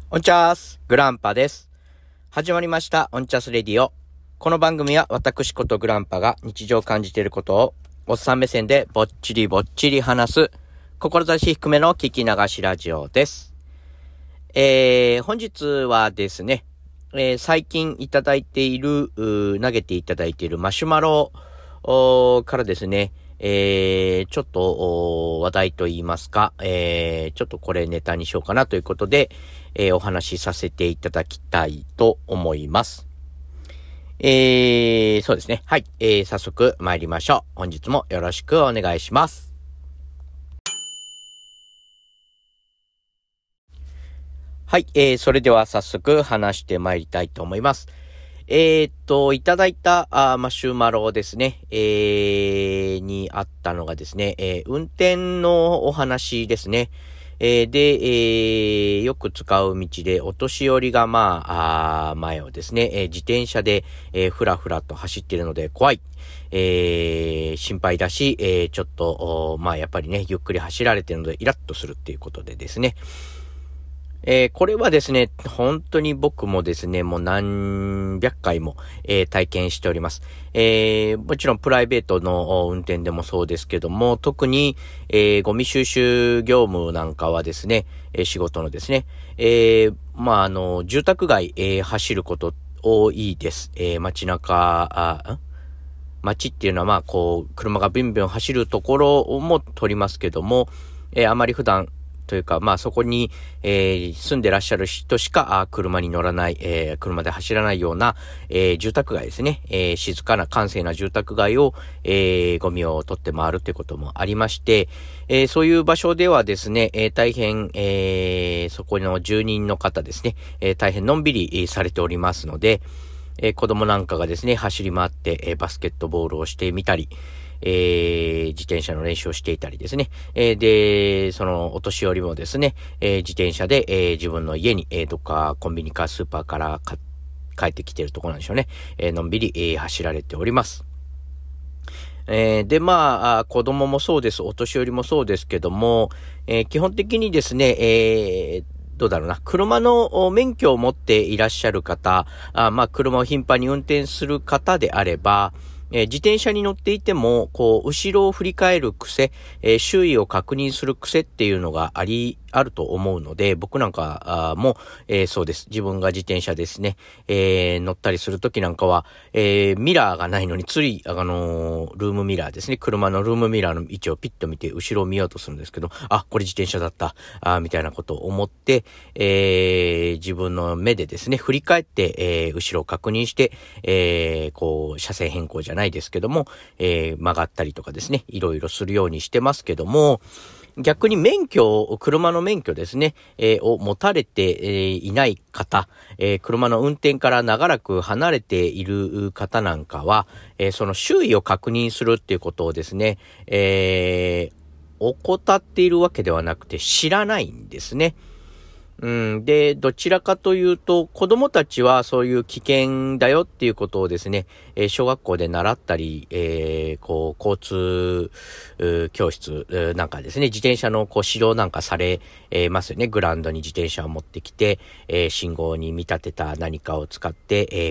オンチャースグランパです。始まりましたオンチャスレディオ。この番組は私ことグランパが日常感じていることをおっさん目線でぼっちり話す志低めの聞き流しラジオです。本日はですね、最近いただいている投げていただいているマシュマロからですね、ちょっと話題と言いますか、ちょっとこれネタにしようかなということで、お話しさせていただきたいと思います。そうですね。はい。早速参りましょう。本日もよろしくお願いします。はい。それでは早速話して参りたいと思います。いただいたマシュマロですね、にあったのがですね、運転のお話ですね。で、よく使う道でお年寄りが前をですね、自転車で、ふらふらと走っているので怖い。心配だし、ちょっと、やっぱりね、ゆっくり走られているのでイラッとするっていうことでですね。これはですね、本当に僕もですね、もう何百回も、体験しております。もちろんプライベートの運転でもそうですけども、特に、ゴミ収集業務なんかはですね、仕事のですね、住宅街、走ること多いです。街中、街っていうのは車がビュンビュン走るところも取りますけども、あまり普段というか、そこに、住んでらっしゃる人しか車に乗らない、車で走らないような、住宅街ですね。静かな閑静な住宅街を、ゴミを取って回るということもありまして、そういう場所ではですね、大変、そこの住人の方ですね、大変のんびりされておりますので、子供なんかがですね、走り回って、バスケットボールをしてみたり、自転車の練習をしていたりですね。で、そのお年寄りもですね、自転車で、自分の家に、どっかコンビニかスーパーから帰ってきているところなんでしょうね。のんびり、走られております。で、子供もそうです。お年寄りもそうですけども、基本的にですね、どうだろうな。車の免許を持っていらっしゃる方、車を頻繁に運転する方であれば、自転車に乗っていても、後ろを振り返る癖、周囲を確認する癖っていうのがあると思うので、僕なんかも、そうです。自分が自転車ですね、乗ったりするときなんかは、ミラーがないのにルームミラーですね。車のルームミラーの位置をピッと見て、後ろを見ようとするんですけど、これ自転車だった、みたいなことを思って、自分の目でですね、振り返って、後ろを確認して、車線変更じゃないですけども、曲がったりとかですね、いろいろするようにしてますけども、逆に車の免許ですね、を持たれて、いない方、車の運転から長らく離れている方なんかは、その周囲を確認するっていうことをですね、怠っているわけではなくて知らないんですね。で、どちらかというと、子供たちはそういう危険だよっていうことをですね、小学校で習ったり、交通教室なんかですね、自転車の指導なんかされますよね。グラウンドに自転車を持ってきて、信号に見立てた何かを使って、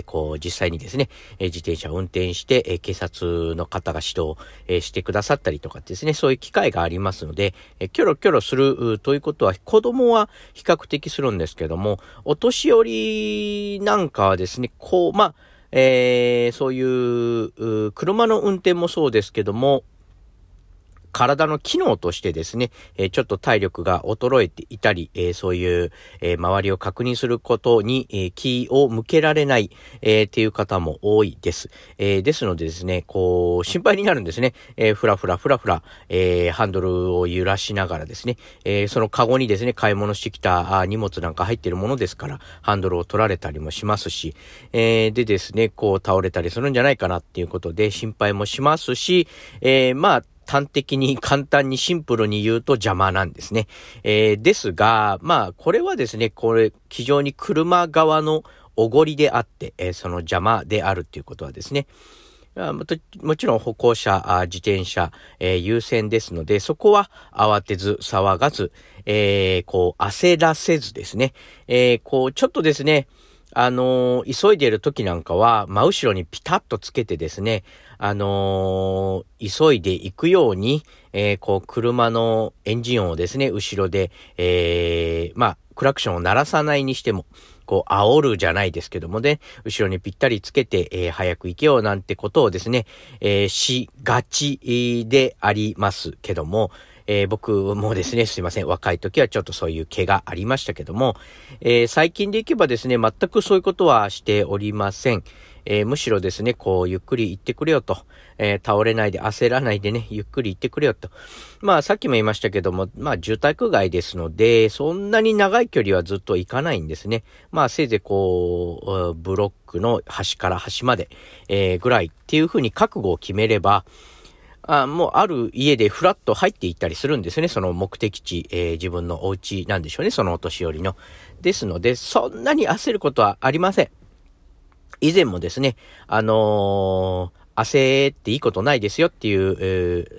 実際にですね、自転車を運転して、警察の方が指導、してくださったりとかですね、そういう機会がありますので、キョロキョロするということは、子供は比較的するんですけども、お年寄りなんかはですね、そういう車の運転もそうですけども、体の機能としてですね、ちょっと体力が衰えていたり、そういう、周りを確認することに、気を向けられない、っていう方も多いです。ですのでですね、心配になるんですね。ふらふら、ハンドルを揺らしながらですね、そのカゴにですね、買い物してきた荷物なんか入っているものですから、ハンドルを取られたりもしますし、でですね、倒れたりするんじゃないかなっていうことで心配もしますし、端的に簡単にシンプルに言うと邪魔なんですね。ですが、これはですね、非常に車側のおごりであって、その邪魔であるっていうことはですね、 もちろん歩行者、自転車、優先ですので、そこは慌てず、騒がず、焦らせずですね、ちょっとですね、急いでいる時なんかは、真後ろにピタッとつけてですね、急いでいくように、車のエンジン音をですね、後ろで、クラクションを鳴らさないにしても、煽るじゃないですけどもね、後ろにぴったりつけて、早く行けよなんてことをですね、しがちでありますけども、僕もですね、すいません、若い時はちょっとそういう気がありましたけども、最近でいけばですね、全くそういうことはしておりません。むしろですね、ゆっくり行ってくれよと、倒れないで焦らないでね、ゆっくり行ってくれよと。さっきも言いましたけども、住宅街ですので、そんなに長い距離はずっと行かないんですね。せいぜいブロックの端から端まで、ぐらいっていうふうに覚悟を決めれば、もうある家でフラッと入っていったりするんですね。その目的地、自分のお家なんでしょうね。そのお年寄りの。ですので、そんなに焦ることはありません。以前もですね、焦っていいことないですよっていう、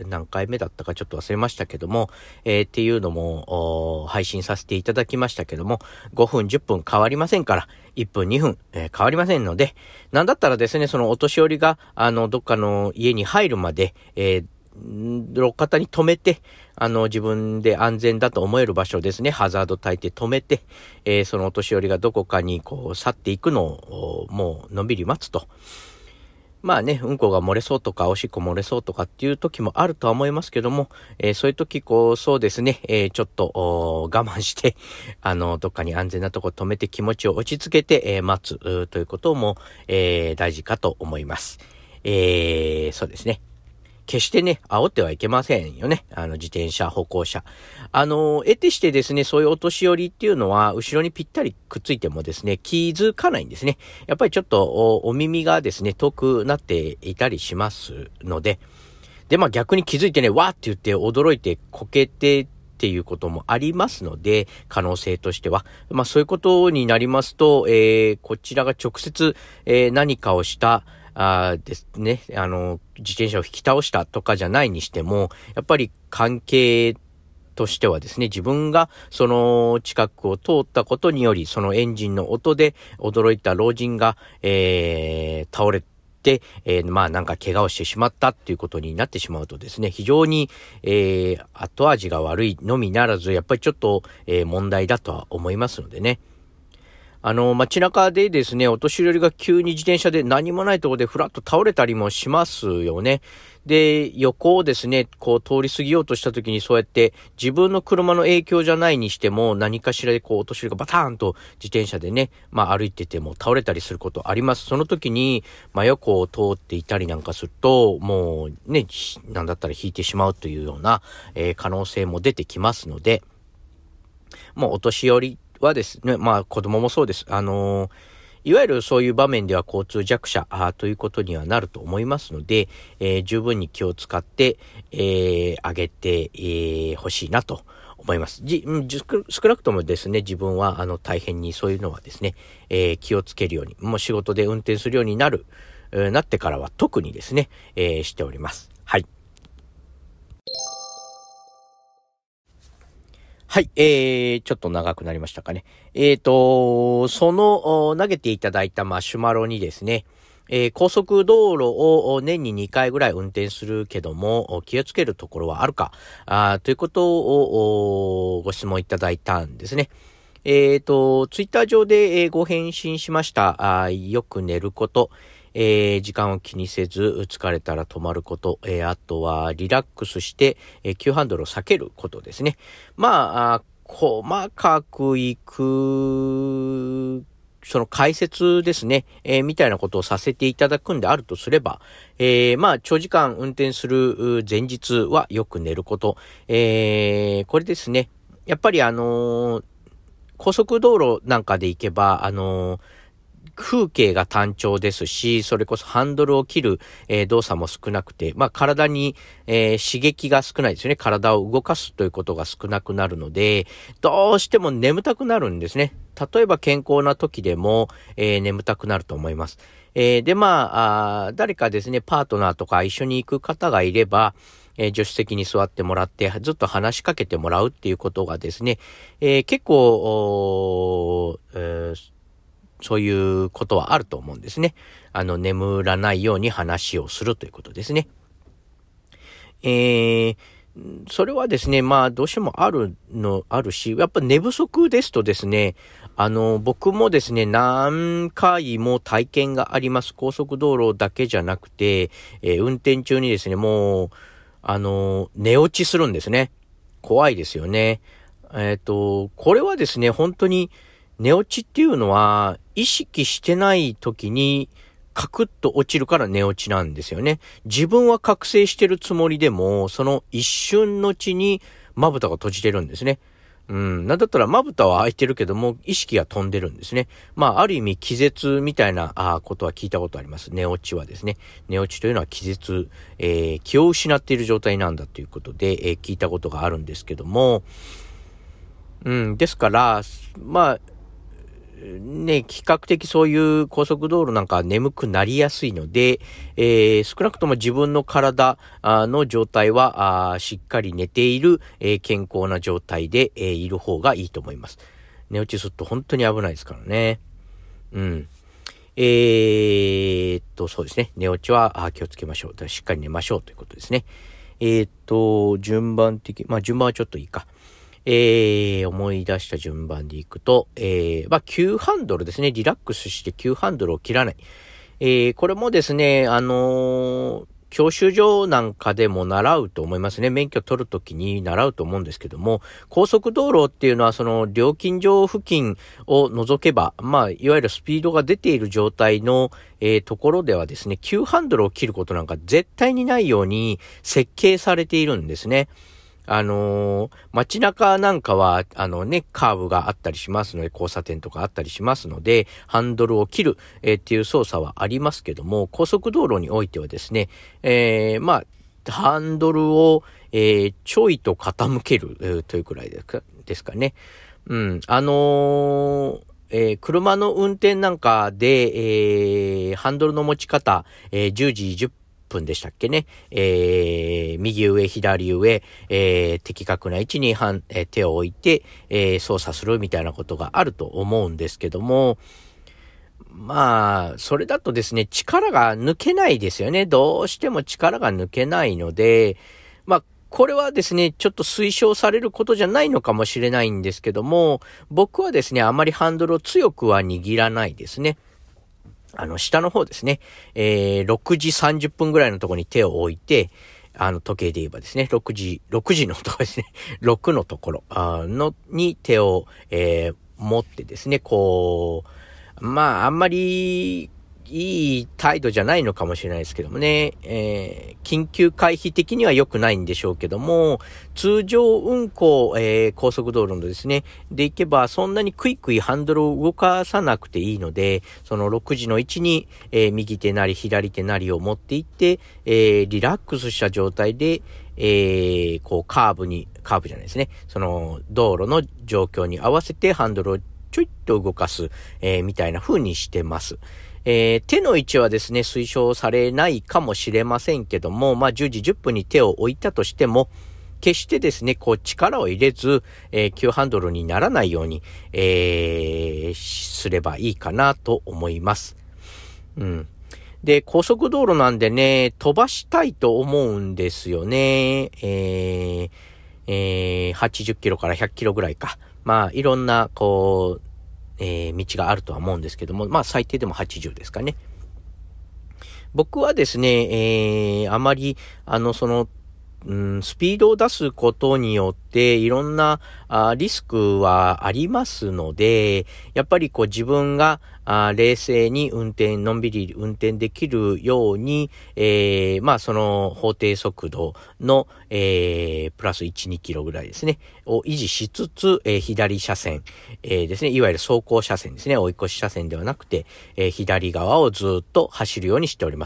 何回目だったかちょっと忘れましたけども、っていうのも配信させていただきましたけども、5分10分変わりませんから、1分2分、変わりませんので、なんだったらですね、そのお年寄りがどっかの家に入るまで、路肩に止めて、自分で安全だと思える場所ですね、ハザード焚いて止めて、そのお年寄りがどこかに去っていくのをもうのんびり待つと。うんこが漏れそうとか、おしっこ漏れそうとかっていう時もあるとは思いますけども、そういう時そうですね、ちょっと我慢して、どっかに安全なとこ止めて気持ちを落ち着けて、待つということも、大事かと思います。そうですね。決してね、煽ってはいけませんよね。自転車、歩行者。得てしてですね、そういうお年寄りっていうのは、後ろにぴったりくっついてもですね、気づかないんですね。やっぱりちょっとお耳がですね、遠くなっていたりしますので、で、逆に気づいてね、わーって言って驚いてこけてっていうこともありますので、可能性としては。そういうことになりますと、こちらが直接、何かをしたですね。自転車を引き倒したとかじゃないにしても、やっぱり関係としてはですね、自分がその近くを通ったことにより、そのエンジンの音で驚いた老人が、倒れて、なんか怪我をしてしまったっていうことになってしまうとですね、非常に、後味が悪いのみならず、やっぱりちょっと、問題だとは思いますのでね。街中でですね、お年寄りが急に自転車で何もないところでふらっと倒れたりもしますよね。で、横をですね、通り過ぎようとした時にそうやって自分の車の影響じゃないにしても何かしらでお年寄りがバターンと自転車でね、歩いてても倒れたりすることあります。その時に、横を通っていたりなんかすると、もうね、なんだったら引いてしまうというような、可能性も出てきますので、もうお年寄りはですね、子供もそうです。いわゆるそういう場面では交通弱者ということにはなると思いますので、十分に気を使って、あげてほしいなと思います。少なくともですね、自分は大変にそういうのはですね、気をつけるように、もう仕事で運転するようになってからは特にですね、しております。はい。はい、ちょっと長くなりましたかね。その投げていただいたマシュマロにですね、高速道路を年に2回ぐらい運転するけども、気をつけるところはあるか、ということをご質問いただいたんですね。ツイッター上でご返信しました。よく寝ること。時間を気にせず疲れたら止まること、あとはリラックスして、急ハンドルを避けることですね。細かくいくその解説ですね、みたいなことをさせていただくんであるとすれば、長時間運転する前日はよく寝ること、これですね。やっぱり高速道路なんかで行けば、 風景が単調ですし、それこそハンドルを切る、動作も少なくて、体に、刺激が少ないですよね。体を動かすということが少なくなるので、どうしても眠たくなるんですね。例えば健康な時でも、眠たくなると思います。で、誰かですね、パートナーとか一緒に行く方がいれば、助手席に座ってもらって、ずっと話しかけてもらうっていうことがですね、結構、そういうことはあると思うんですね。眠らないように話をするということですね。それはですね、どうしてもあるし、やっぱ寝不足ですとですね、僕もですね、何回も体験があります。高速道路だけじゃなくて、運転中にですね、もう、寝落ちするんですね。怖いですよね。これはですね、本当に寝落ちっていうのは、意識してない時に、カクッと落ちるから寝落ちなんですよね。自分は覚醒してるつもりでも、その一瞬のうちに、まぶたが閉じてるんですね。なんだったらまぶたは開いてるけども、意識が飛んでるんですね。ある意味気絶みたいなことは聞いたことあります。寝落ちはですね。寝落ちというのは気絶、気を失っている状態なんだということで、聞いたことがあるんですけども、ですから、比較的そういう高速道路なんかは眠くなりやすいので、少なくとも自分の体の状態はしっかり寝ている、健康な状態で、いる方がいいと思います。寝落ちすると本当に危ないですからね。そうですね。寝落ちは気をつけましょう。しっかり寝ましょうということですね。順番はちょっといいか。思い出した順番でいくと、急ハンドルですね。リラックスして急ハンドルを切らない。これもですね、教習所なんかでも習うと思いますね。免許取るときに習うと思うんですけども、高速道路っていうのはその料金所付近を除けば、いわゆるスピードが出ている状態の、ところではですね、急ハンドルを切ることなんか絶対にないように設計されているんですね。街中なんかは、カーブがあったりしますので、交差点とかあったりしますので、ハンドルを切る、っていう操作はありますけども、高速道路においてはですね、ハンドルを、ちょいと傾ける、というくらいですかね。車の運転なんかで、ハンドルの持ち方、10時10分でしたっけね。右上、左上、的確な位置に手を置いて、操作するみたいなことがあると思うんですけども、それだとですね、力が抜けないですよね。どうしても力が抜けないので、これはですね、ちょっと推奨されることじゃないのかもしれないんですけども、僕はですね、あまりハンドルを強くは握らないですね。下の方ですね、6時30分ぐらいのところに手を置いて、時計で言えばですね、6時のところですね、6のところに手を、持ってですね、あんまりいい態度じゃないのかもしれないですけどもね、緊急回避的には良くないんでしょうけども、通常運行、高速道路のですね、で行けばそんなにクイクイハンドルを動かさなくていいので、その6時の位置に、右手なり左手なりを持っていって、リラックスした状態で、カーブじゃないですね、その道路の状況に合わせてハンドルをちょいっと動かす、みたいな風にしてます。手の位置はですね、推奨されないかもしれませんけども、10時10分に手を置いたとしても、決してですね、力を入れず、急ハンドルにならないように、すればいいかなと思います。で、高速道路なんでね、飛ばしたいと思うんですよね。80キロから100キロぐらいか。いろんな、道があるとは思うんですけども、最低でも80ですかね。僕はですね、あまり、 スピードを出すことによっていろんなリスクはありますので、やっぱり自分が冷静にのんびり運転できるように、その法定速度の、プラス1、2キロぐらいですね、を維持しつつ、左車線、ですね、いわゆる走行車線ですね、追い越し車線ではなくて、左側をずっと走るようにしております。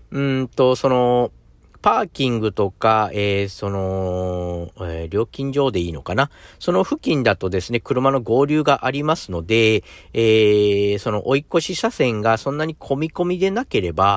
パーキングとか、料金所でいいのかな。その付近だとですね、車の合流がありますので、その追い越し車線がそんなに混み込みでなければ、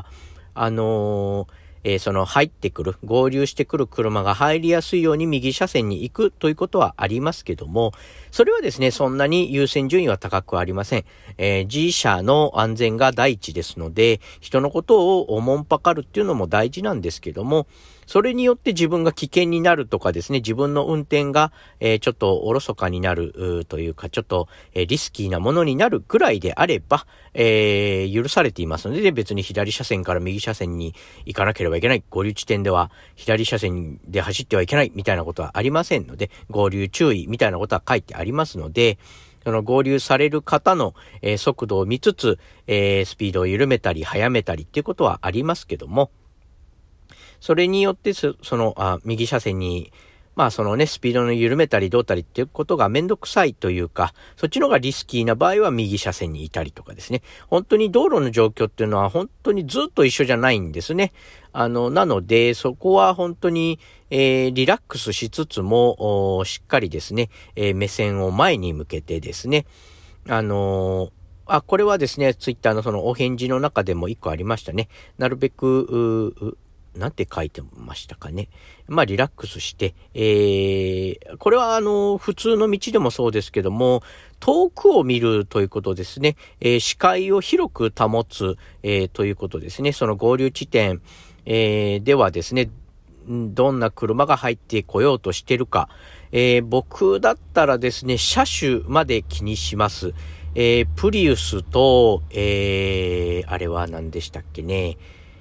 その入ってくる、合流してくる車が入りやすいように右車線に行くということはありますけども、それはですね、そんなに優先順位は高くありません。自車の安全が第一ですので、人のことをおもんぱかるっていうのも大事なんですけども、それによって自分が危険になるとかですね、自分の運転が、ちょっとおろそかになるというか、ちょっと、リスキーなものになるくらいであれば、許されていますので、別に左車線から右車線に行かなければいけない。合流地点では左車線で走ってはいけないみたいなことはありませんので、合流注意みたいなことは書いてありますので、その合流される方の、速度を見つつ、スピードを緩めたり速めたりっていうことはありますけども、それによって右車線にスピードの緩めたりどうたりっていうことがめんどくさいというか、そっちのがリスキーな場合は右車線にいたりとかですね。本当に道路の状況っていうのは本当にずっと一緒じゃないんですね。なので、そこは本当に、リラックスしつつも、しっかりですね、目線を前に向けてですね、これはですね、ツイッターのそのお返事の中でも一個ありましたね。なるべく、なんて書いてましたかね。リラックスして、これは普通の道でもそうですけども、遠くを見るということですね。視界を広く保つ、ということですね。その合流地点、ではですね、どんな車が入ってこようとしてるか。僕だったらですね、車種まで気にします。プリウスと、あれは何でしたっけね。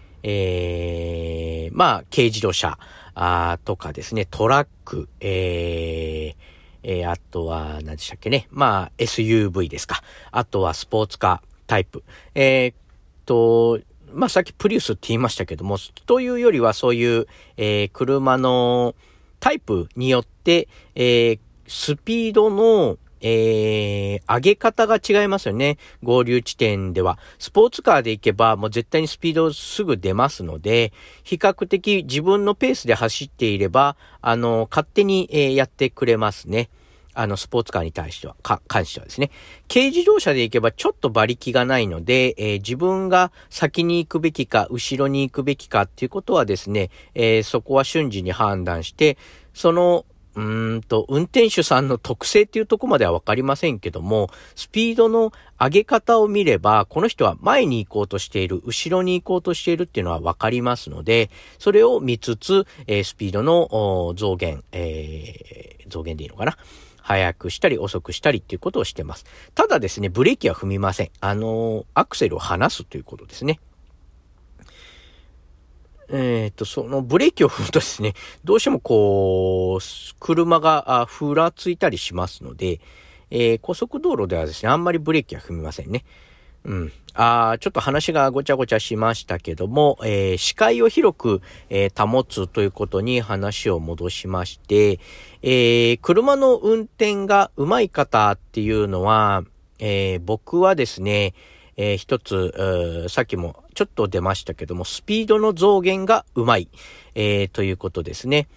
軽自動車とかですね、トラック、あとは何でしたっけね、SUV ですか。あとはスポーツカータイプ。さっきプリウスって言いましたけども、というよりはそういう、車のタイプによって、スピードの上げ方が違いますよね。合流地点では。スポーツカーで行けばもう絶対にスピードすぐ出ますので、比較的自分のペースで走っていれば、勝手に、やってくれますね。スポーツカーに関してはですね。軽自動車で行けばちょっと馬力がないので、自分が先に行くべきか、後ろに行くべきかっていうことはですね、そこは瞬時に判断して、運転手さんの特性っていうところまではわかりませんけども、スピードの上げ方を見れば、この人は前に行こうとしている、後ろに行こうとしているっていうのはわかりますので、それを見つつ、スピードの増減でいいのかな。速くしたり遅くしたりっていうことをしてます。ただですね、ブレーキは踏みません。アクセルを離すということですね。そのブレーキを踏むとですね、どうしても車がふらついたりしますので、高速道路ではですね、あんまりブレーキは踏みませんね。ちょっと話がごちゃごちゃしましたけども、視界を広く、保つということに話を戻しまして、車の運転が上手い方っていうのは、僕はですね、一つ、さっきもちょっと出ましたけども、スピードの増減がうまい、ということですね。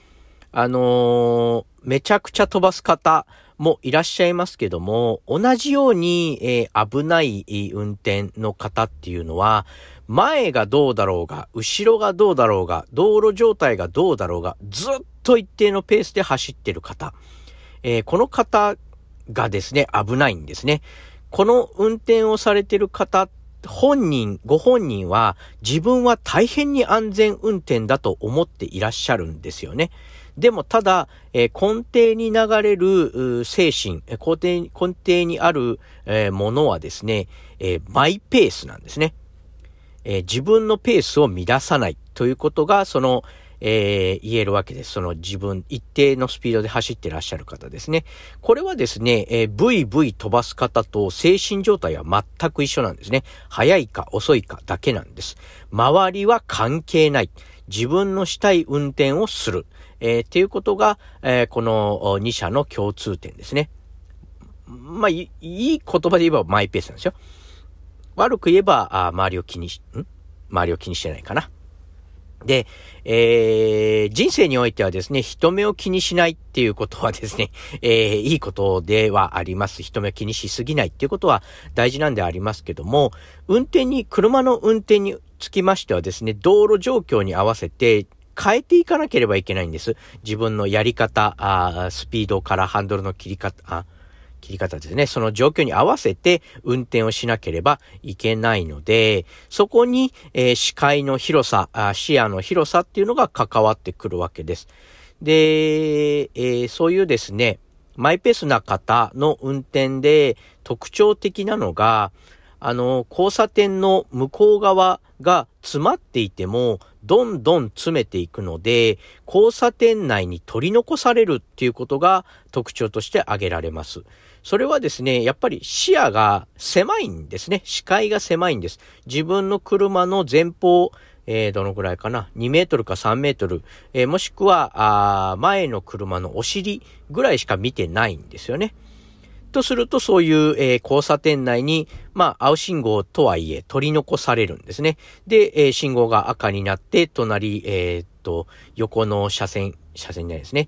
めちゃくちゃ飛ばす方もいらっしゃいますけども、同じように、危ない運転の方っていうのは、前がどうだろうが、後ろがどうだろうが、道路状態がどうだろうが、ずっと一定のペースで走ってる方。この方がですね、危ないんですね。この運転をされてる方、ご本人は自分は大変に安全運転だと思っていらっしゃるんですよね。でもただ、根底に流れる精神、根底にあるものはですね、マイペースなんですね。自分のペースを乱さないということが、 言えるわけです。その自分、一定のスピードで走ってらっしゃる方ですね。これはですね、ブイブイ飛ばす方と精神状態は全く一緒なんですね。速いか遅いかだけなんです。周りは関係ない。自分のしたい運転をする。っていうことが、この2社の共通点ですね。まあ、いい言葉で言えばマイペースなんですよ。悪く言えば、周りを気にしてないかな。で、人生においてはですね、人目を気にしないっていうことはですね、いいことではあります。人目を気にしすぎないっていうことは大事なんでありますけども、車の運転につきましてはですね、道路状況に合わせて変えていかなければいけないんです。自分のやり方、スピードからハンドルの切り方ですね。その状況に合わせて運転をしなければいけないので、そこに、視界の広さ、視野の広さっていうのが関わってくるわけです。で、そういうですね、マイペースな方の運転で特徴的なのが、交差点の向こう側が詰まっていても、どんどん詰めていくので、交差点内に取り残されるっていうことが特徴として挙げられます。それはですね、やっぱり視野が狭いんですね。視界が狭いんです。自分の車の前方、どのくらいかな ?2 メートルか3メートル、もしくは、前の車のお尻ぐらいしか見てないんですよね。とすると、そういう、交差点内に、青信号とはいえ取り残されるんですね。で、信号が赤になって、横の車線じゃないですね。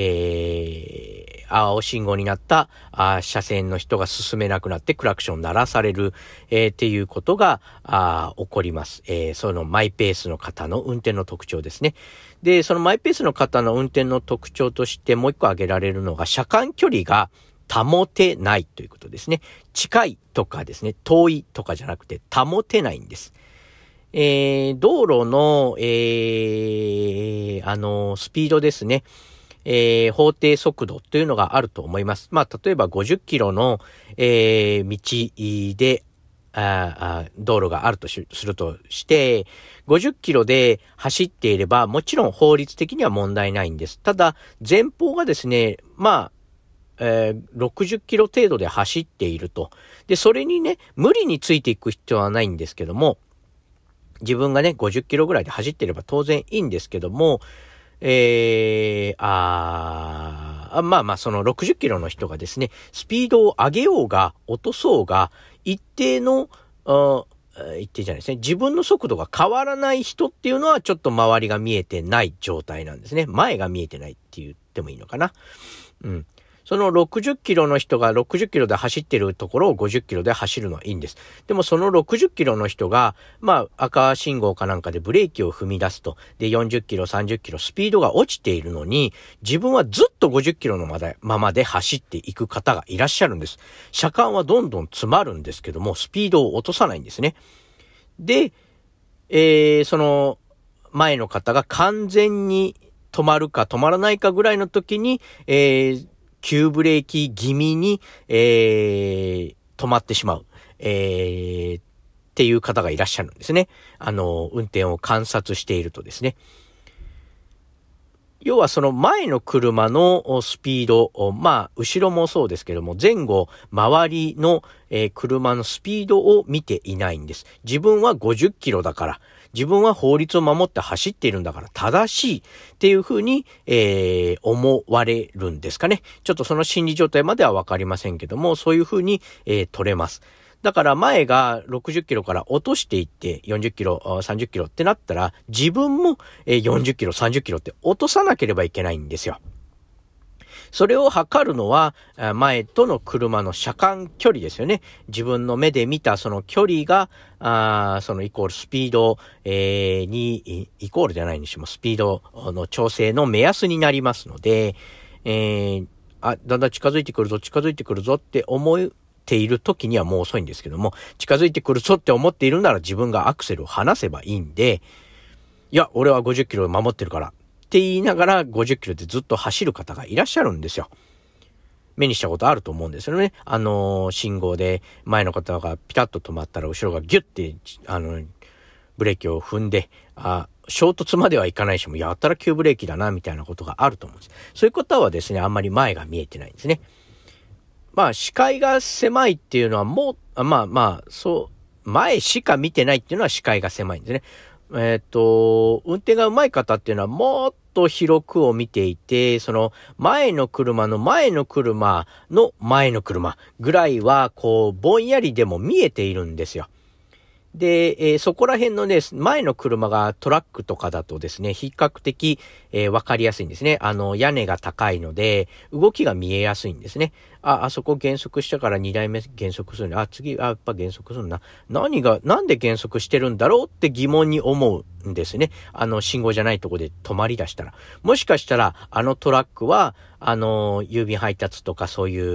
青信号になった車線の人が進めなくなってクラクション鳴らされる、っていうことが起こります。そのマイペースの方の運転の特徴ですね。で、そのマイペースの方の運転の特徴としてもう一個挙げられるのが車間距離が保てないということですね。近いとかですね、遠いとかじゃなくて保てないんです。道路の、スピードですね。法定速度というのがあると思います。例えば50キロの、道で、道路があるとするとして、50キロで走っていれば、もちろん法律的には問題ないんです。ただ、前方がですね、60キロ程度で走っていると。で、それにね、無理についていく必要はないんですけども、自分がね、50キロぐらいで走っていれば当然いいんですけども、その60キロの人がですね、スピードを上げようが落とそうが、一定じゃないですね。自分の速度が変わらない人っていうのはちょっと周りが見えてない状態なんですね。前が見えてないって言ってもいいのかな。うん。その60キロの人が60キロで走ってるところを50キロで走るのはいいんです。でもその60キロの人が、赤信号かなんかでブレーキを踏み出すと。で、40キロ、30キロスピードが落ちているのに、自分はずっと50キロのままで走っていく方がいらっしゃるんです。車間はどんどん詰まるんですけども、スピードを落とさないんですね。で、その前の方が完全に止まるか止まらないかぐらいの時に、急ブレーキ気味に、止まってしまう、っていう方がいらっしゃるんですね。運転を観察しているとですね。要はその前の車のスピード、後ろもそうですけども、前後、周りの、車のスピードを見ていないんです。自分は50キロだから、自分は法律を守って走っているんだから正しいっていうふうに、思われるんですかね。ちょっとその心理状態まではわかりませんけども、そういうふうに、取れます。だから前が60キロから落としていって40キロ、30キロってなったら自分も40キロ、30キロって落とさなければいけないんですよ。それを測るのは前との車の車間距離ですよね。自分の目で見たその距離がそのイコールスピード、にイコールじゃないにしてもスピードの調整の目安になりますので、だんだん近づいてくるぞって思っている時にはもう遅いんですけども、近づいてくるぞって思っているなら自分がアクセルを離せばいいんで、いや俺は50キロ守ってるからって言いながら50キロでずっと走る方がいらっしゃるんですよ。目にしたことあると思うんですよね。信号で前の方がピタッと止まったら後ろがギュッてブレーキを踏んで衝突まではいかないし、もうやったら急ブレーキだな、みたいなことがあると思うんです。そういう方はですね、あんまり前が見えてないんですね。視界が狭いっていうのは前しか見てないっていうのは視界が狭いんですね。運転が上手い方っていうのはもっと広くを見ていて、その前の車の前の車の前の車ぐらいはぼんやりでも見えているんですよ。で、そこら辺のね、前の車がトラックとかだとですね、比較的、わかりやすいんですね。屋根が高いので、動きが見えやすいんですね。あそこ減速したから2台目減速するね。やっぱ減速するな。なんで減速してるんだろうって疑問に思うんですね。信号じゃないとこで止まり出したら。もしかしたら、トラックは、郵便配達とかそういう、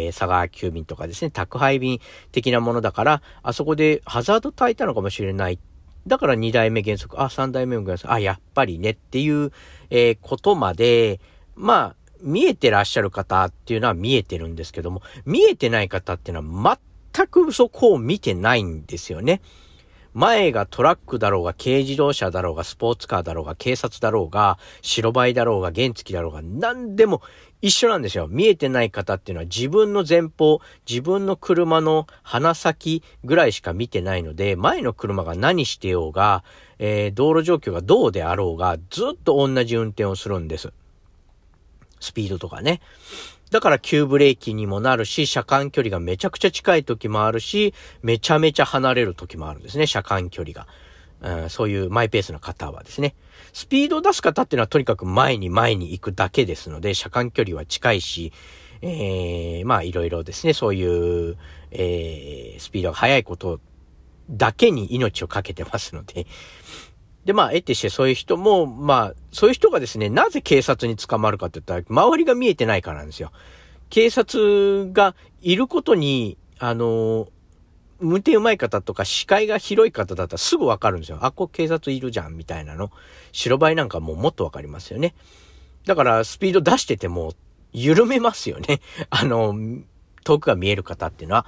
佐川急便とかですね、宅配便的なものだから、あそこでハザード焚いたのかもしれない。だから2台目減速、3台目も減速、やっぱりねっていう、ことまで、見えてらっしゃる方っていうのは見えてるんですけども、見えてない方っていうのは全くそこを見てないんですよね。前がトラックだろうが、軽自動車だろうが、スポーツカーだろうが、警察だろうが、白バイだろうが、原付だろうが、何でも一緒なんですよ。見えてない方っていうのは自分の前方、自分の車の鼻先ぐらいしか見てないので、前の車が何してようが、道路状況がどうであろうが、ずっと同じ運転をするんです。スピードとかね。だから急ブレーキにもなるし、車間距離がめちゃくちゃ近い時もあるし、めちゃめちゃ離れる時もあるんですね、車間距離が。そういうマイペースな方はですね。スピードを出す方っていうのはとにかく前に行くだけですので、車間距離は近いし、いろいろですね、そういう、スピードが速いことだけに命をかけてますので、で、得てしてそういう人も、そういう人がですね、なぜ警察に捕まるかって言ったら、周りが見えてないからなんですよ。警察がいることに、運転上手い方とか視界が広い方だったらすぐわかるんですよ。警察いるじゃん、みたいなの。白バイなんかもっとわかりますよね。だから、スピード出してても、緩めますよね。遠くが見える方っていうのは、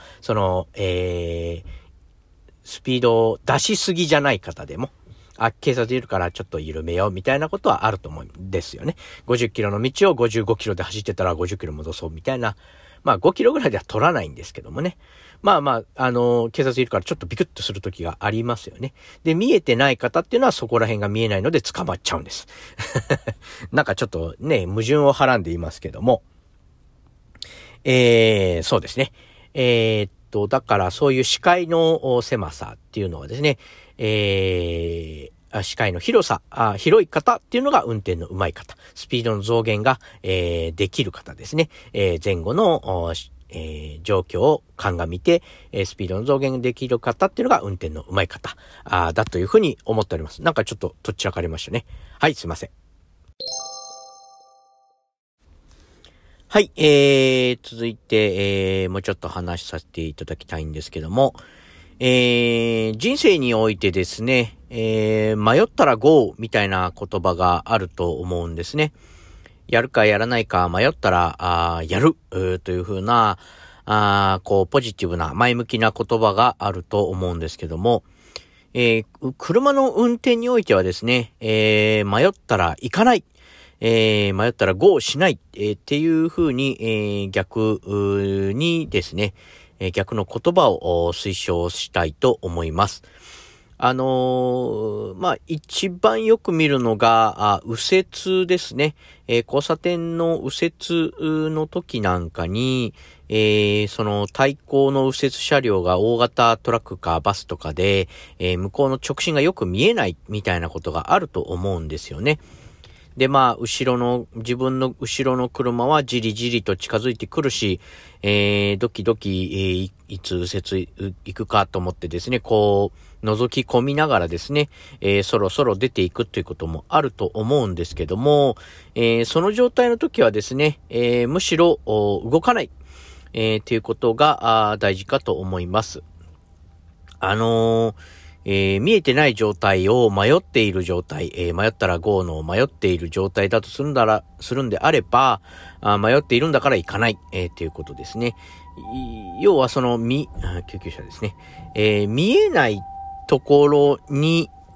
スピードを出しすぎじゃない方でも、警察いるからちょっと緩めようみたいなことはあると思うんですよね。50キロの道を55キロで走ってたら50キロ戻そうみたいな。5キロぐらいでは取らないんですけどもね。警察いるからちょっとビクッとする時がありますよね。で、見えてない方っていうのはそこら辺が見えないので捕まっちゃうんです。なんかちょっとね、矛盾をはらんでいますけども。そうですね。だからそういう視界の狭さっていうのはですね、視界の広い方っていうのが運転の上手い方。スピードの増減が、できる方ですね。前後の、状況を鑑みて、スピードの増減ができる方っていうのが運転の上手い方だというふうに思っております。なんかちょっとどちらかりましたね。はい、すいません。はい、続いて、もうちょっと話させていただきたいんですけども、人生においてですね、迷ったら GO みたいな言葉があると思うんですね。やるかやらないか迷ったら、やるというふうな、ポジティブな前向きな言葉があると思うんですけども、車の運転においてはですね、迷ったら行かない。迷ったら GO しない、っていうふうに、逆にですね、逆の言葉を推奨したいと思います。一番よく見るのが、右折ですね。交差点の右折の時なんかに、その対向の右折車両が大型トラックかバスとかで、向こうの直進がよく見えないみたいなことがあると思うんですよね。で、自分の後ろの車はじりじりと近づいてくるし、ドキドキ、いつ右折行くかと思ってですね、覗き込みながらですね、そろそろ出ていくということもあると思うんですけども、その状態の時はですね、むしろ動かない、ということが大事かと思います。見えてない状態を迷っている状態、迷ったら GO の迷っている状態だとするんであれば、迷っているんだから行かない、っていうことですね。要は救急車ですね。見えないところに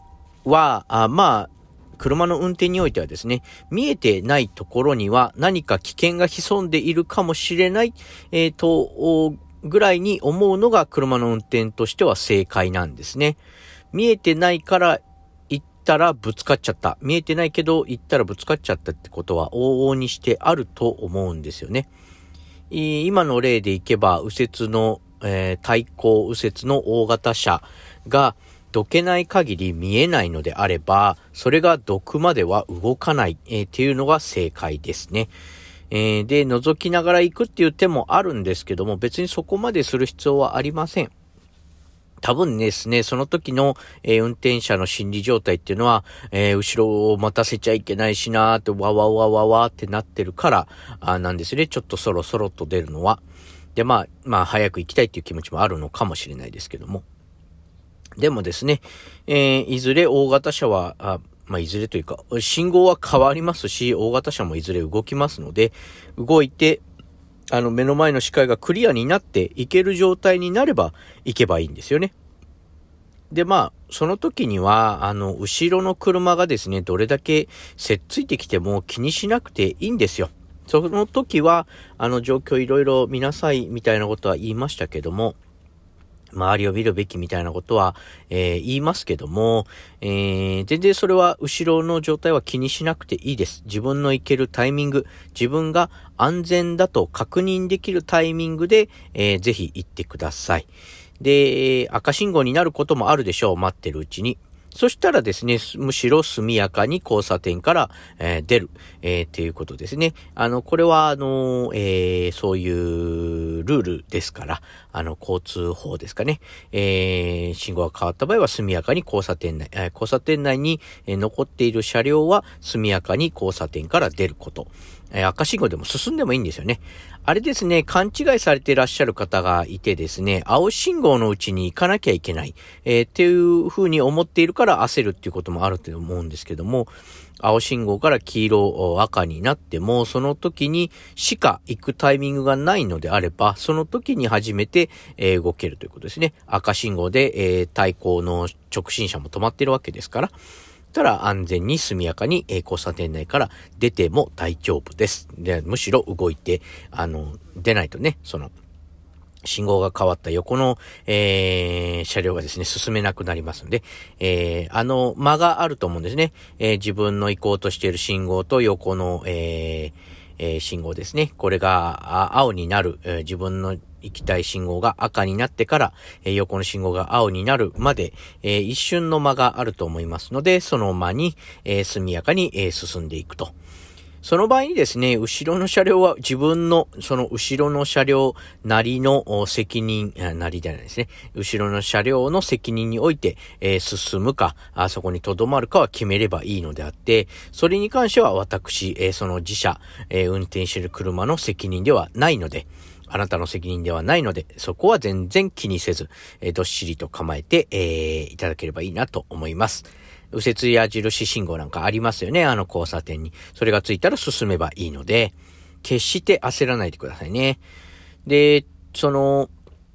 は、車の運転においてはですね、見えてないところには何か危険が潜んでいるかもしれない、ぐらいに思うのが車の運転としては正解なんですね。見えてないから行ったらぶつかっちゃった。見えてないけど行ったらぶつかっちゃったってことは往々にしてあると思うんですよね。今の例でいけば、右折の、対向右折の大型車がどけない限り見えないのであれば、それがどくまでは動かない、っていうのが正解ですね。で、覗きながら行くっていう手もあるんですけども、別にそこまでする必要はありません。多分ですね、その時の、運転者の心理状態っていうのは、後ろを待たせちゃいけないしなーってわわわわわってなってるからなんですね。ちょっとそろそろと出るのは。で、早く行きたいっていう気持ちもあるのかもしれないですけども。でもですね、いずれ大型車はいずれというか、信号は変わりますし、大型車もいずれ動きますので、動いて、目の前の視界がクリアになっていける状態になれば行けばいいんですよね。で、その時には、後ろの車がですね、どれだけせっついてきても気にしなくていいんですよ。その時は、状況いろいろ見なさいみたいなことは言いましたけども、周りを見るべきみたいなことは、言いますけども、全然それは後ろの状態は気にしなくていいです。自分の行けるタイミング、自分が安全だと確認できるタイミングで、ぜひ行ってください。で、赤信号になることもあるでしょう。待ってるうちに。そしたらですね、むしろ速やかに交差点から、出る、っていうことですね。これは、そういうルールですから、交通法ですかね。信号が変わった場合は速やかに交差点内に残っている車両は速やかに交差点から出ること。赤信号でも進んでもいいんですよね。あれですね、勘違いされていらっしゃる方がいてですね、青信号のうちに行かなきゃいけない、っていう風に思っているから焦るっていうこともあると思うんですけども、青信号から黄色、赤になっても、その時にしか行くタイミングがないのであれば、その時に初めて、動けるということですね。赤信号で、対向の直進車も止まっているわけですから、たら安全に速やかに交差点内から出ても大丈夫です。で、むしろ動いて、出ないとね、信号が変わった横の、車両がですね、進めなくなりますので、間があると思うんですね。自分の行こうとしている信号と横の、信号ですね。これが青になる、自分の行きたい信号が赤になってから、横の信号が青になるまで、一瞬の間があると思いますので、その間に、速やかに、進んでいくと。その場合にですね、後ろの車両は自分の、その後ろの車両なりの責任、なりではないですね。後ろの車両の責任において、進むか、そこに留まるかは決めればいいのであって、それに関しては私、その自社、運転している車の責任ではないので、あなたの責任ではないので、そこは全然気にせず、どっしりと構えて、いただければいいなと思います。右折矢印信号なんかありますよね、交差点に。それがついたら進めばいいので、決して焦らないでくださいね。で、ちょ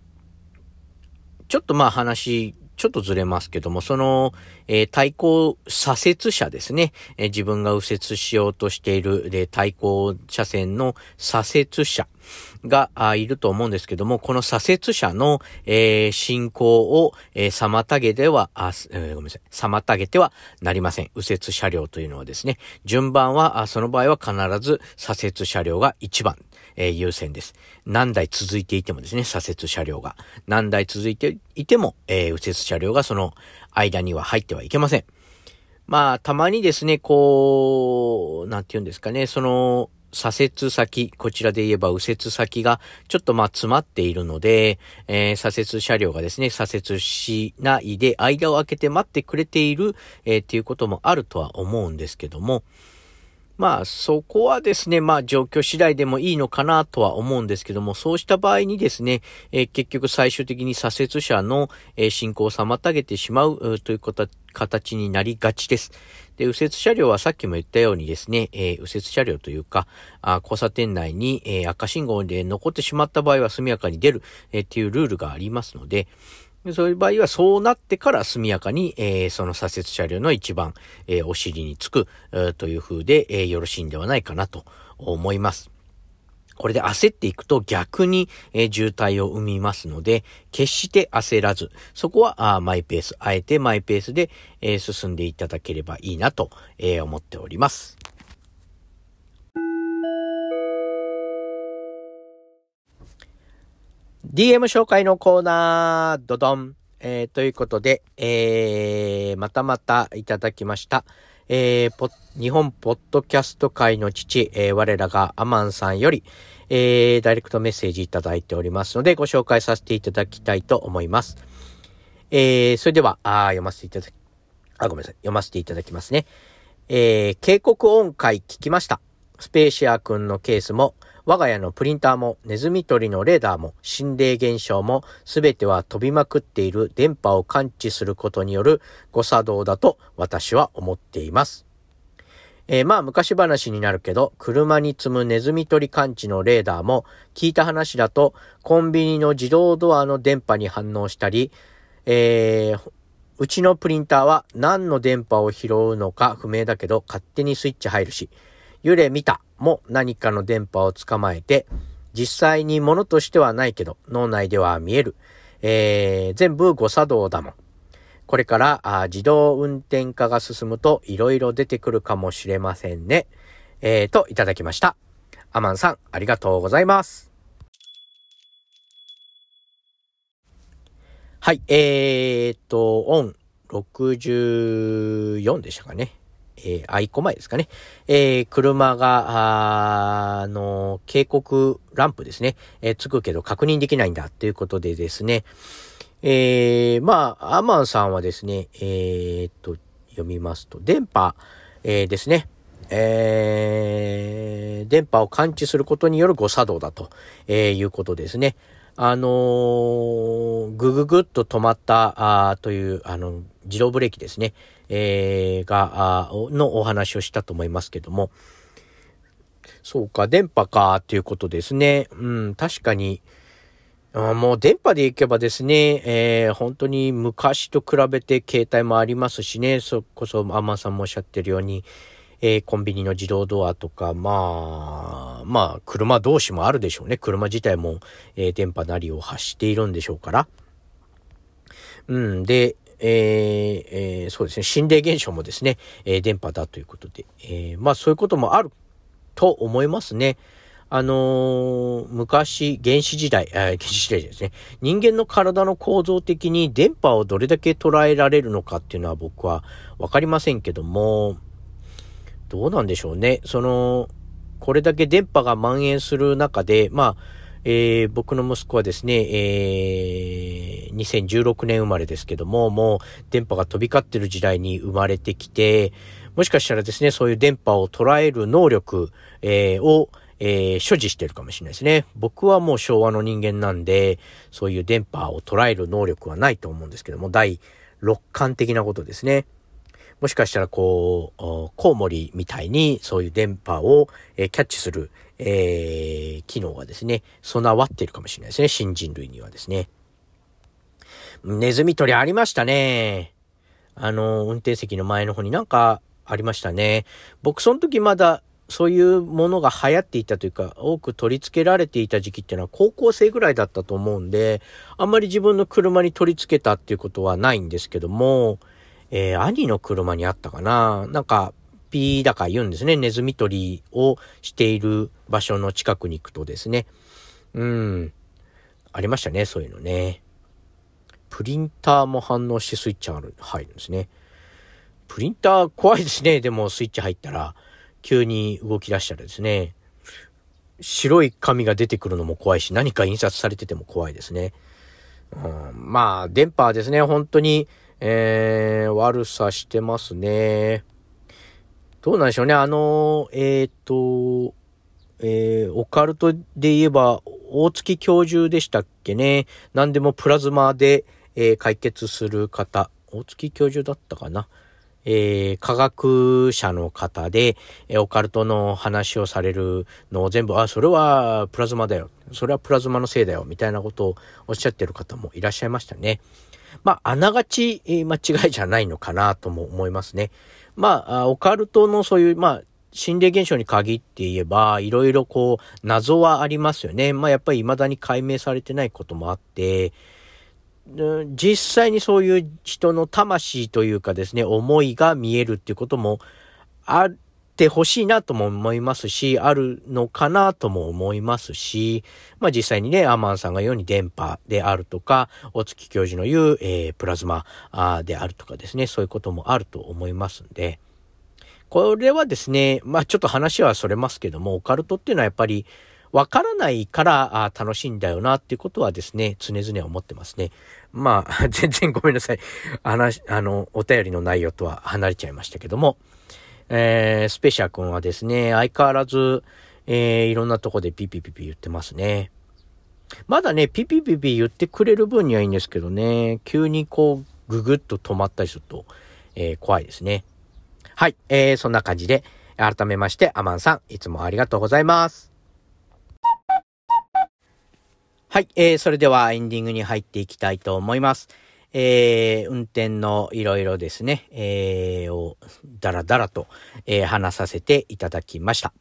っと話、ちょっとずれますけども、対向左折車ですね。自分が右折しようとしている、対向車線の左折車がいると思うんですけども、この左折車の、進行を、妨げてはなりません。右折車両というのはですね、順番は、その場合は必ず左折車両が1番。優先です。何台続いていてもですね、左折車両が。何台続いていても、右折車両がその間には入ってはいけません。たまにですね、なんて言うんですかね、左折先、こちらで言えば右折先がちょっと詰まっているので、左折車両がですね、左折しないで間を空けて待ってくれている、っていうこともあるとは思うんですけども、そこはですね、状況次第でもいいのかなとは思うんですけども、そうした場合にですね、結局最終的に左折車の、進行を妨げてしまうという形になりがちです。で、右折車両はさっきも言ったようにですね、右折車両というか、交差点内に、赤信号で残ってしまった場合は速やかに出る、っていうルールがありますので、 そういう場合はそうなってから速やかに、その左折車両の一番、お尻につく、という風で、よろしいんではないかなと思います。これで焦っていくと逆に、渋滞を生みますので、決して焦らず、そこはマイペース、あえてマイペースで、進んでいただければいいなと、思っております。DM 紹介のコーナー、ドドン。ということで、またいただきました。日本ポッドキャスト界の父、我らがアマンさんより、ダイレクトメッセージいただいておりますので、ご紹介させていただきたいと思います。それでは、読ませていただきますね。警告音階聞きました。スペーシア君のケースも、我が家のプリンターもネズミ捕りのレーダーも心霊現象もすべては飛びまくっている電波を感知することによる誤作動だと私は思っています。昔話になるけど車に積むネズミ捕り感知のレーダーも聞いた話だとコンビニの自動ドアの電波に反応したり、うちのプリンターは何の電波を拾うのか不明だけど勝手にスイッチ入るし、揺れ見たも何かの電波を捕まえて、実際に物としてはないけど脳内では見える。全部誤作動だもん。これから自動運転化が進むといろいろ出てくるかもしれませんね。といただきました。アマンさん、ありがとうございます。はい、オン64でしたかね。1個前ですかね。車が、警告ランプですね。つくけど確認できないんだということでですね。アマンさんはですね、読みますと、電波、ですね。電波を感知することによる誤作動だと、いうことですね。ぐっと止まったという自動ブレーキですね、のお話をしたと思いますけども、そうか電波かっていうことですね。確かにもう電波でいけばですね、本当に昔と比べて携帯もありますしね、そこそアマンさんもおっしゃってるように、コンビニの自動ドアとか、車同士もあるでしょうね。車自体も、電波なりを発しているんでしょうから。で、そうですね。心霊現象もですね、電波だということで、そういうこともあると思いますね。昔、原始時代ですね。人間の体の構造的に電波をどれだけ捉えられるのかっていうのは僕はわかりませんけども、どうなんでしょうね。これだけ電波が蔓延する中で、僕の息子はですね、2016年生まれですけども、もう電波が飛び交ってる時代に生まれてきて、もしかしたらですね、そういう電波を捉える能力、を所持しているかもしれないですね。僕はもう昭和の人間なんで、そういう電波を捉える能力はないと思うんですけども、第六感的なことですね。もしかしたらコウモリみたいにそういう電波を、キャッチする、機能がですね、備わっているかもしれないですね。新人類にはですね。ネズミ捕りありましたね。運転席の前の方になんかありましたね。僕その時まだそういうものが流行っていたというか、多く取り付けられていた時期っていうのは高校生ぐらいだったと思うんで、あんまり自分の車に取り付けたっていうことはないんですけども、兄の車にあったかな。なんか、ピーだか言うんですね。ネズミ捕りをしている場所の近くに行くとですね。ありましたね、そういうのね。プリンターも反応してスイッチ入るんですね。プリンター怖いですね。でもスイッチ入ったら、急に動き出したらですね。白い紙が出てくるのも怖いし、何か印刷されてても怖いですね。電波ですね。本当に、悪さしてますね。どうなんでしょうね。オカルトで言えば、大月教授でしたっけね。何でもプラズマで、解決する方。大月教授だったかな。 科学者の方で、オカルトの話をされるのを全部、それはプラズマだよ。それはプラズマのせいだよ。みたいなことをおっしゃってる方もいらっしゃいましたね。あながち、間違いじゃないのかなとも思いますね。オカルトのそういう、心霊現象に限って言えば、いろいろ謎はありますよね。やっぱり未だに解明されてないこともあって、実際にそういう人の魂というかですね、思いが見えるっていうこともあってほしいなとも思いますし、あるのかなとも思いますし、実際にね、アマンさんが言うように電波であるとか、大月教授の言う、プラズマであるとかですね、そういうこともあると思いますんで、これはですね、ちょっと話はそれますけども、オカルトっていうのはやっぱりわからないから楽しいんだよなっていうことはですね、常々思ってますね。全然ごめんなさい。お便りの内容とは離れちゃいましたけども、スペシャ君はですね、相変わらず、いろんなとこでピピピピ言ってますね。まだね、ピピピピ言ってくれる分にはいいんですけどね、急にググッと止まったりすると、怖いですね。はい、そんな感じで、改めまして、アマンさん、いつもありがとうございます。はい、それではエンディングに入っていきたいと思います。運転のいろいろですね、をだらだらと、話させていただきました。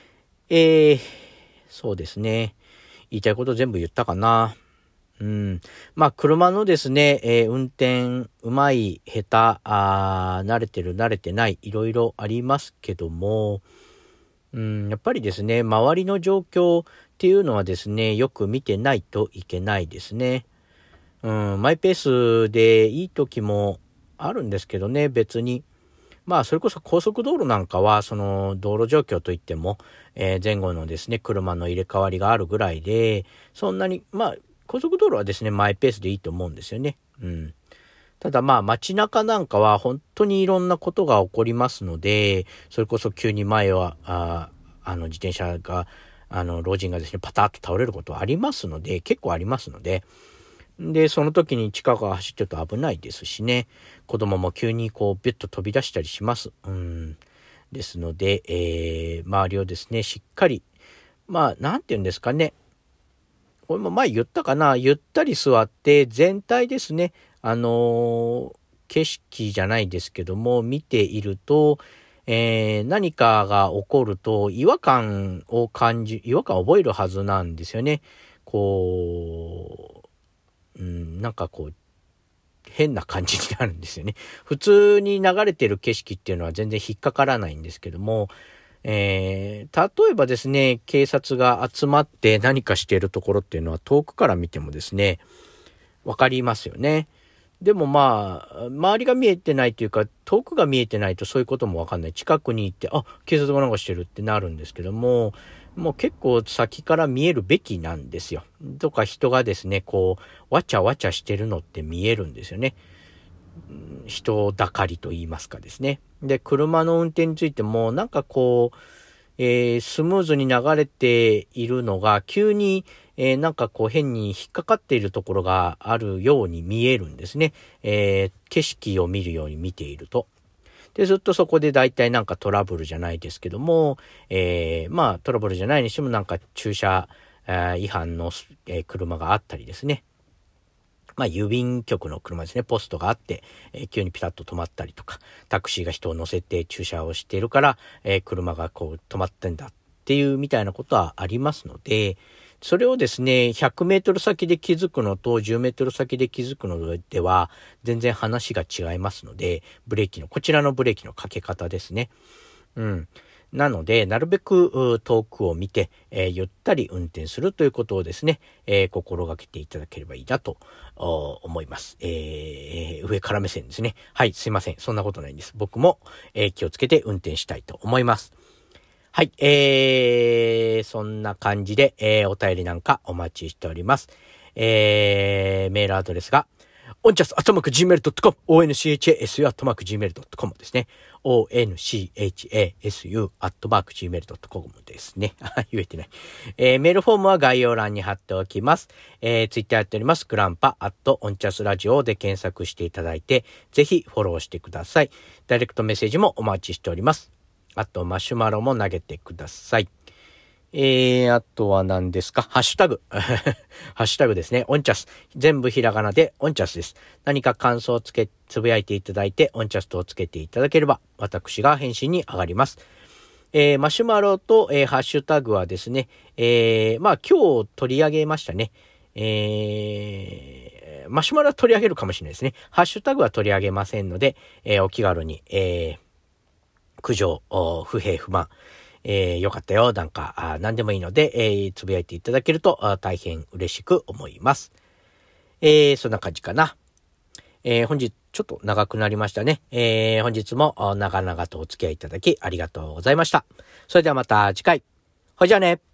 そうですね。言いたいこと全部言ったかな。車のですね、運転うまい、下手、慣れてる、慣れてない、いろいろありますけども、やっぱりですね、周りの状況っていうのはですね、よく見てないといけないですね。マイペースでいい時もあるんですけどね、別に。それこそ高速道路なんかは、その道路状況といっても、前後のですね、車の入れ替わりがあるぐらいで、そんなに、高速道路はですね、マイペースでいいと思うんですよね。ただ街中なんかは本当にいろんなことが起こりますので、それこそ急に前は、自転車が、老人がですね、パタッと倒れることはありますので、結構ありますので、で、その時に近くを走ってると危ないですしね、子供も急にビュッと飛び出したりします。ですので、周りをですね、しっかり、なんて言うんですかね、これも前言ったかな、ゆったり座って全体ですね、景色じゃないですけども、見ていると、何かが起こると違和感を覚えるはずなんですよね。変な感じになるんですよね。普通に流れてる景色っていうのは全然引っかからないんですけども、例えばですね、警察が集まって何かしているところっていうのは遠くから見てもですね、わかりますよね。でも周りが見えてないというか、遠くが見えてないとそういうこともわかんない。近くに行って、警察がなんかしてるってなるんですけども、もう結構先から見えるべきなんですよ。とか人がですね、わちゃわちゃしてるのって見えるんですよね。人だかりと言いますかですね。で、車の運転についても、スムーズに流れているのが、急に、変に引っかかっているところがあるように見えるんですね。景色を見るように見ていると。で、ずっとそこで大体トラブルじゃないですけども、トラブルじゃないにしても駐車違反の、車があったりですね。郵便局の車ですね、ポストがあって、急にピタッと止まったりとか、タクシーが人を乗せて駐車をしているから、車が止まってんだっていうみたいなことはありますので、それをですね、100メートル先で気づくのと10メートル先で気づくのでは、全然話が違いますので、こちらのブレーキのかけ方ですね。なので、なるべく遠くを見て、ゆったり運転するということをですね、心がけていただければいいなと思います。上から目線ですね。はい、すいません。そんなことないんです。僕も、気をつけて運転したいと思います。はい、そんな感じで、お便りなんかお待ちしております。メールアドレスが、 onchas@gmail.com、onchasu@gmail.com ですね。onchasu@gmail.com ですね。言えてない。メールフォームは概要欄に貼っておきます。ツイッターやっております。グランパ@onchasradioで検索していただいて、ぜひフォローしてください。ダイレクトメッセージもお待ちしております。あと、マシュマロも投げてください。あとは何ですか？ハッシュタグ。ハッシュタグですね。オンチャス。全部ひらがなでオンチャスです。何か感想をつぶやいていただいて、オンチャスとつけていただければ、私が返信に上がります。マシュマロと、ハッシュタグはですね、今日取り上げましたね。マシュマロは取り上げるかもしれないですね。ハッシュタグは取り上げませんので、お気軽に、苦情、不平不満、よかったよ、なんか、何でもいいので、つぶやいていただけると大変嬉しく思います。そんな感じかな。本日ちょっと長くなりましたね。本日も長々とお付き合いいただきありがとうございました。それではまた次回。ほいじゃあね。